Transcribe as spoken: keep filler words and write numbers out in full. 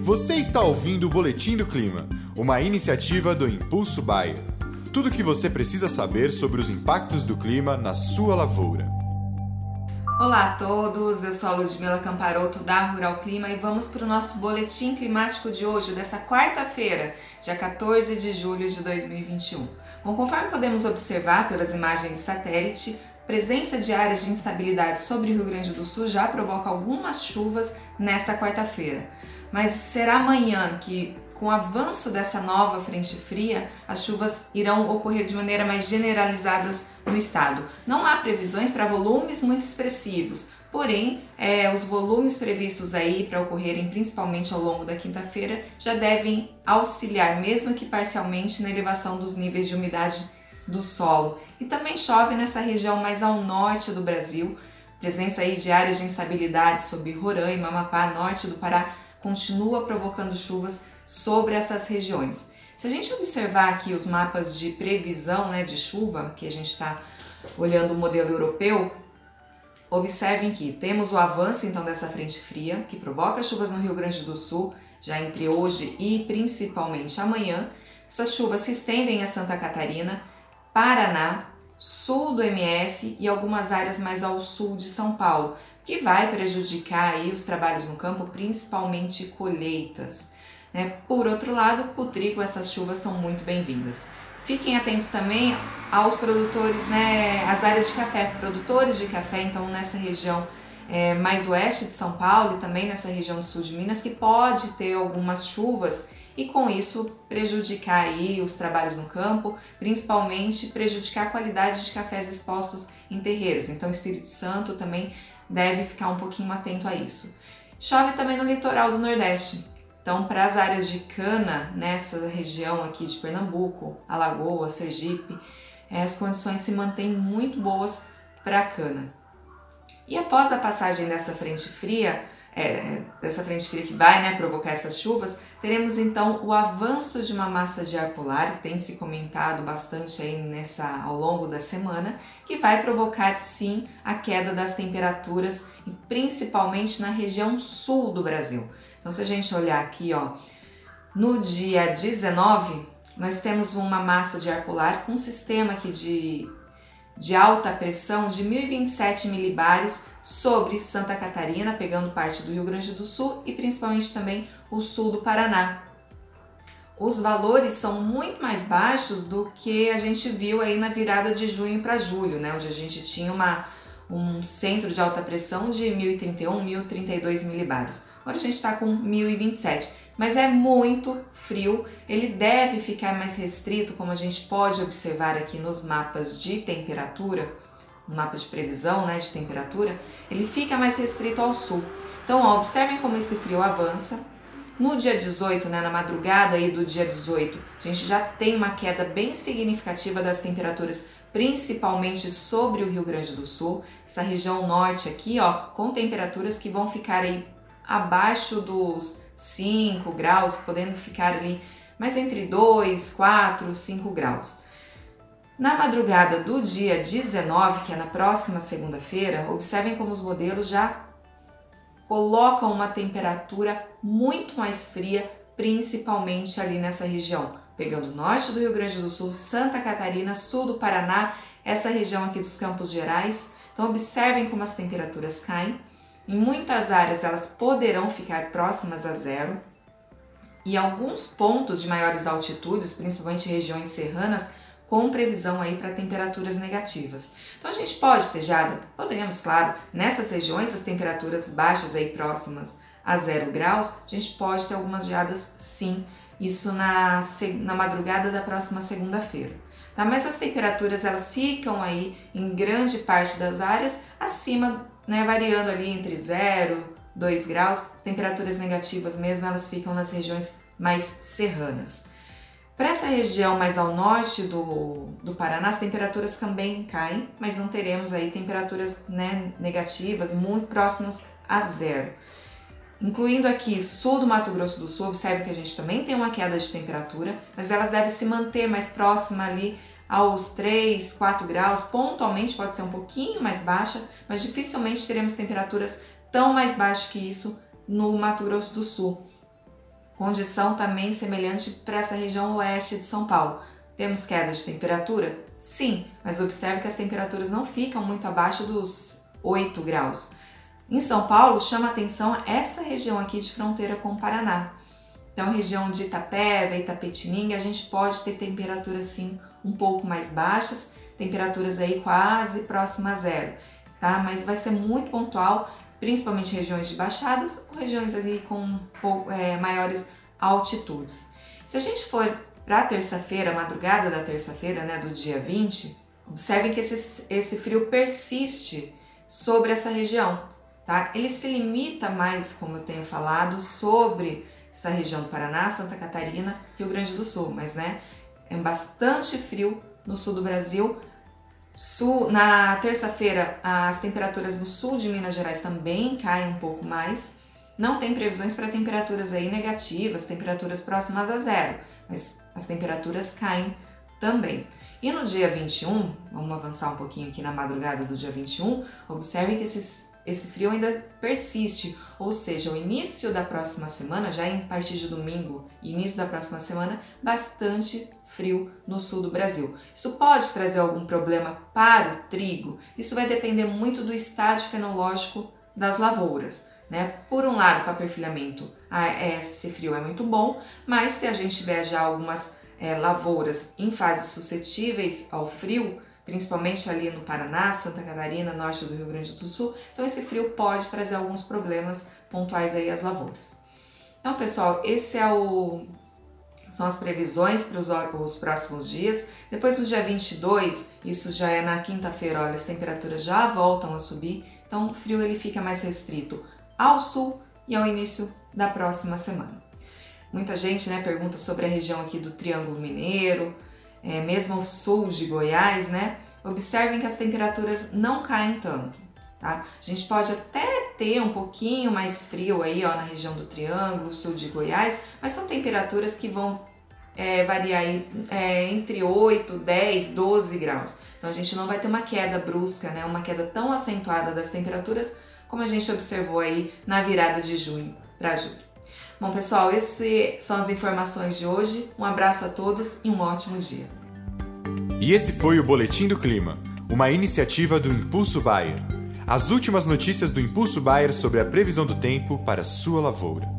Você está ouvindo o Boletim do Clima, uma iniciativa do Impulso Bayer. Tudo o que você precisa saber sobre os impactos do clima na sua lavoura. Olá a todos, eu sou a Ludmila Camparoto da Rural Clima e vamos para o nosso boletim climático de hoje, dessa quarta-feira, dia quatorze de julho de dois mil e vinte e um. Bom, conforme podemos observar pelas imagens de satélite, a presença de áreas de instabilidade sobre o Rio Grande do Sul já provoca algumas chuvas nesta quarta-feira. Mas será amanhã que, com o avanço dessa nova frente fria, as chuvas irão ocorrer de maneira mais generalizadas no estado. Não há previsões para volumes muito expressivos, porém, é, os volumes previstos aí para ocorrerem principalmente ao longo da quinta-feira já devem auxiliar, mesmo que parcialmente, na elevação dos níveis de umidade do solo. E também chove nessa região mais ao norte do Brasil, presença aí de áreas de instabilidade sobre Roraima, Amapá, norte do Pará, continua provocando chuvas sobre essas regiões. Se a gente observar aqui os mapas de previsão, né, de chuva, que a gente está olhando o modelo europeu, observem que temos o avanço então dessa frente fria, que provoca chuvas no Rio Grande do Sul, já entre hoje e principalmente amanhã. Essas chuvas se estendem a Santa Catarina, Paraná, sul do M S e algumas áreas mais ao sul de São Paulo, que vai prejudicar aí os trabalhos no campo, principalmente colheitas. Né? Por outro lado, para o trigo, essas chuvas são muito bem-vindas. Fiquem atentos também aos produtores, né, as áreas de café, produtores de café, então nessa região é, mais oeste de São Paulo e também nessa região do sul de Minas, que pode ter algumas chuvas e com isso prejudicar aí os trabalhos no campo, principalmente prejudicar a qualidade de cafés expostos em terreiros. Então o Espírito Santo também deve ficar um pouquinho atento a isso. Chove também no litoral do Nordeste. Então, para as áreas de cana, nessa região aqui de Pernambuco, Alagoas, Sergipe, as condições se mantêm muito boas para a cana. E após a passagem dessa frente fria, é, dessa frente fria que vai, né, provocar essas chuvas, teremos então o avanço de uma massa de ar polar, que tem se comentado bastante aí nessa, ao longo da semana, que vai provocar sim a queda das temperaturas, principalmente na região sul do Brasil. Então, se a gente olhar aqui, ó, no dia dezenove, nós temos uma massa de ar polar com um sistema aqui de, de alta pressão de mil e vinte e sete milibares sobre Santa Catarina, pegando parte do Rio Grande do Sul e principalmente também o sul do Paraná. Os valores são muito mais baixos do que a gente viu aí na virada de junho para julho, né, onde a gente tinha uma, um centro de alta pressão de mil e trinta e um, mil e trinta e dois milibares. Agora a gente está com mil e vinte e sete, mas é muito frio, ele deve ficar mais restrito, como a gente pode observar aqui nos mapas de temperatura, no mapa de previsão, né, de temperatura, ele fica mais restrito ao sul. Então, ó, observem como esse frio avança. No dia dezoito, né, na madrugada aí do dia dezoito, a gente já tem uma queda bem significativa das temperaturas, principalmente sobre o Rio Grande do Sul, essa região norte aqui, ó, com temperaturas que vão ficar aí abaixo dos cinco graus, podendo ficar ali mais entre dois, quatro, cinco graus. Na madrugada do dia dezenove, que é na próxima segunda-feira, observem como os modelos já colocam uma temperatura muito mais fria, principalmente ali nessa região, pegando o norte do Rio Grande do Sul, Santa Catarina, sul do Paraná, essa região aqui dos Campos Gerais. Então observem como as temperaturas caem. Em muitas áreas elas poderão ficar próximas a zero e alguns pontos de maiores altitudes, principalmente regiões serranas, com previsão aí para temperaturas negativas. Então a gente pode ter geada? Podemos, claro. Nessas regiões, as temperaturas baixas aí próximas a zero graus, a gente pode ter algumas geadas sim, isso na, na madrugada da próxima segunda-feira. Tá? Mas as temperaturas elas ficam aí em grande parte das áreas acima, né, variando ali entre zero, dois graus, as temperaturas negativas mesmo elas ficam nas regiões mais serranas. Para essa região mais ao norte do, do Paraná, as temperaturas também caem, mas não teremos aí temperaturas, né, negativas muito próximas a zero. Incluindo aqui sul do Mato Grosso do Sul, observe que a gente também tem uma queda de temperatura, mas elas devem se manter mais próxima ali aos três, quatro graus, pontualmente pode ser um pouquinho mais baixa, mas dificilmente teremos temperaturas tão mais baixas que isso no Mato Grosso do Sul. Condição também semelhante para essa região oeste de São Paulo. Temos queda de temperatura? Sim, mas observe que as temperaturas não ficam muito abaixo dos oito graus. Em São Paulo, chama atenção essa região aqui de fronteira com o Paraná. Então, região de Itapeva, Itapetininga, a gente pode ter temperaturas sim um pouco mais baixas, temperaturas aí quase próximas a zero, tá? Mas vai ser muito pontual, principalmente regiões de baixadas ou regiões aí com pouco, é, maiores altitudes. Se a gente for para a terça-feira, madrugada da terça-feira, né, do dia vinte, observem que esse, esse frio persiste sobre essa região, tá? Ele se limita mais, como eu tenho falado, sobre essa região do Paraná, Santa Catarina, Rio Grande do Sul, mas né, é bastante frio no sul do Brasil. Sul, na terça-feira, as temperaturas no sul de Minas Gerais também caem um pouco mais. Não tem previsões para temperaturas aí negativas, temperaturas próximas a zero, mas as temperaturas caem também. E no dia vinte e um, vamos avançar um pouquinho aqui na madrugada do dia vinte e um, observe que esses, esse frio ainda persiste, ou seja, o início da próxima semana, já a partir de domingo, início da próxima semana, bastante frio no sul do Brasil. Isso pode trazer algum problema para o trigo? Isso vai depender muito do estágio fenológico das lavouras, né? Por um lado, para perfilhamento, esse frio é muito bom, mas se a gente tiver já algumas é, lavouras em fases suscetíveis ao frio, principalmente ali no Paraná, Santa Catarina, norte do Rio Grande do Sul, então esse frio pode trazer alguns problemas pontuais aí às lavouras. Então, pessoal, esse é o são as previsões para os, os próximos dias. Depois, no dia vinte e dois, isso já é na quinta-feira, olha, as temperaturas já voltam a subir, então o frio ele fica mais restrito ao sul e ao início da próxima semana. Muita gente, né, pergunta sobre a região aqui do Triângulo Mineiro, é, mesmo ao sul de Goiás, né? Observem que as temperaturas não caem tanto, tá? A gente pode até ter um pouquinho mais frio aí, ó, na região do Triângulo, sul de Goiás, mas são temperaturas que vão é, variar aí, é, entre oito, dez, doze graus. Então a gente não vai ter uma queda brusca, né? Uma queda tão acentuada das temperaturas como a gente observou aí na virada de junho para julho. Bom, pessoal, essas são as informações de hoje. Um abraço a todos e um ótimo dia. E esse foi o Boletim do Clima, uma iniciativa do Impulso Bayer. As últimas notícias do Impulso Bayer sobre a previsão do tempo para sua lavoura.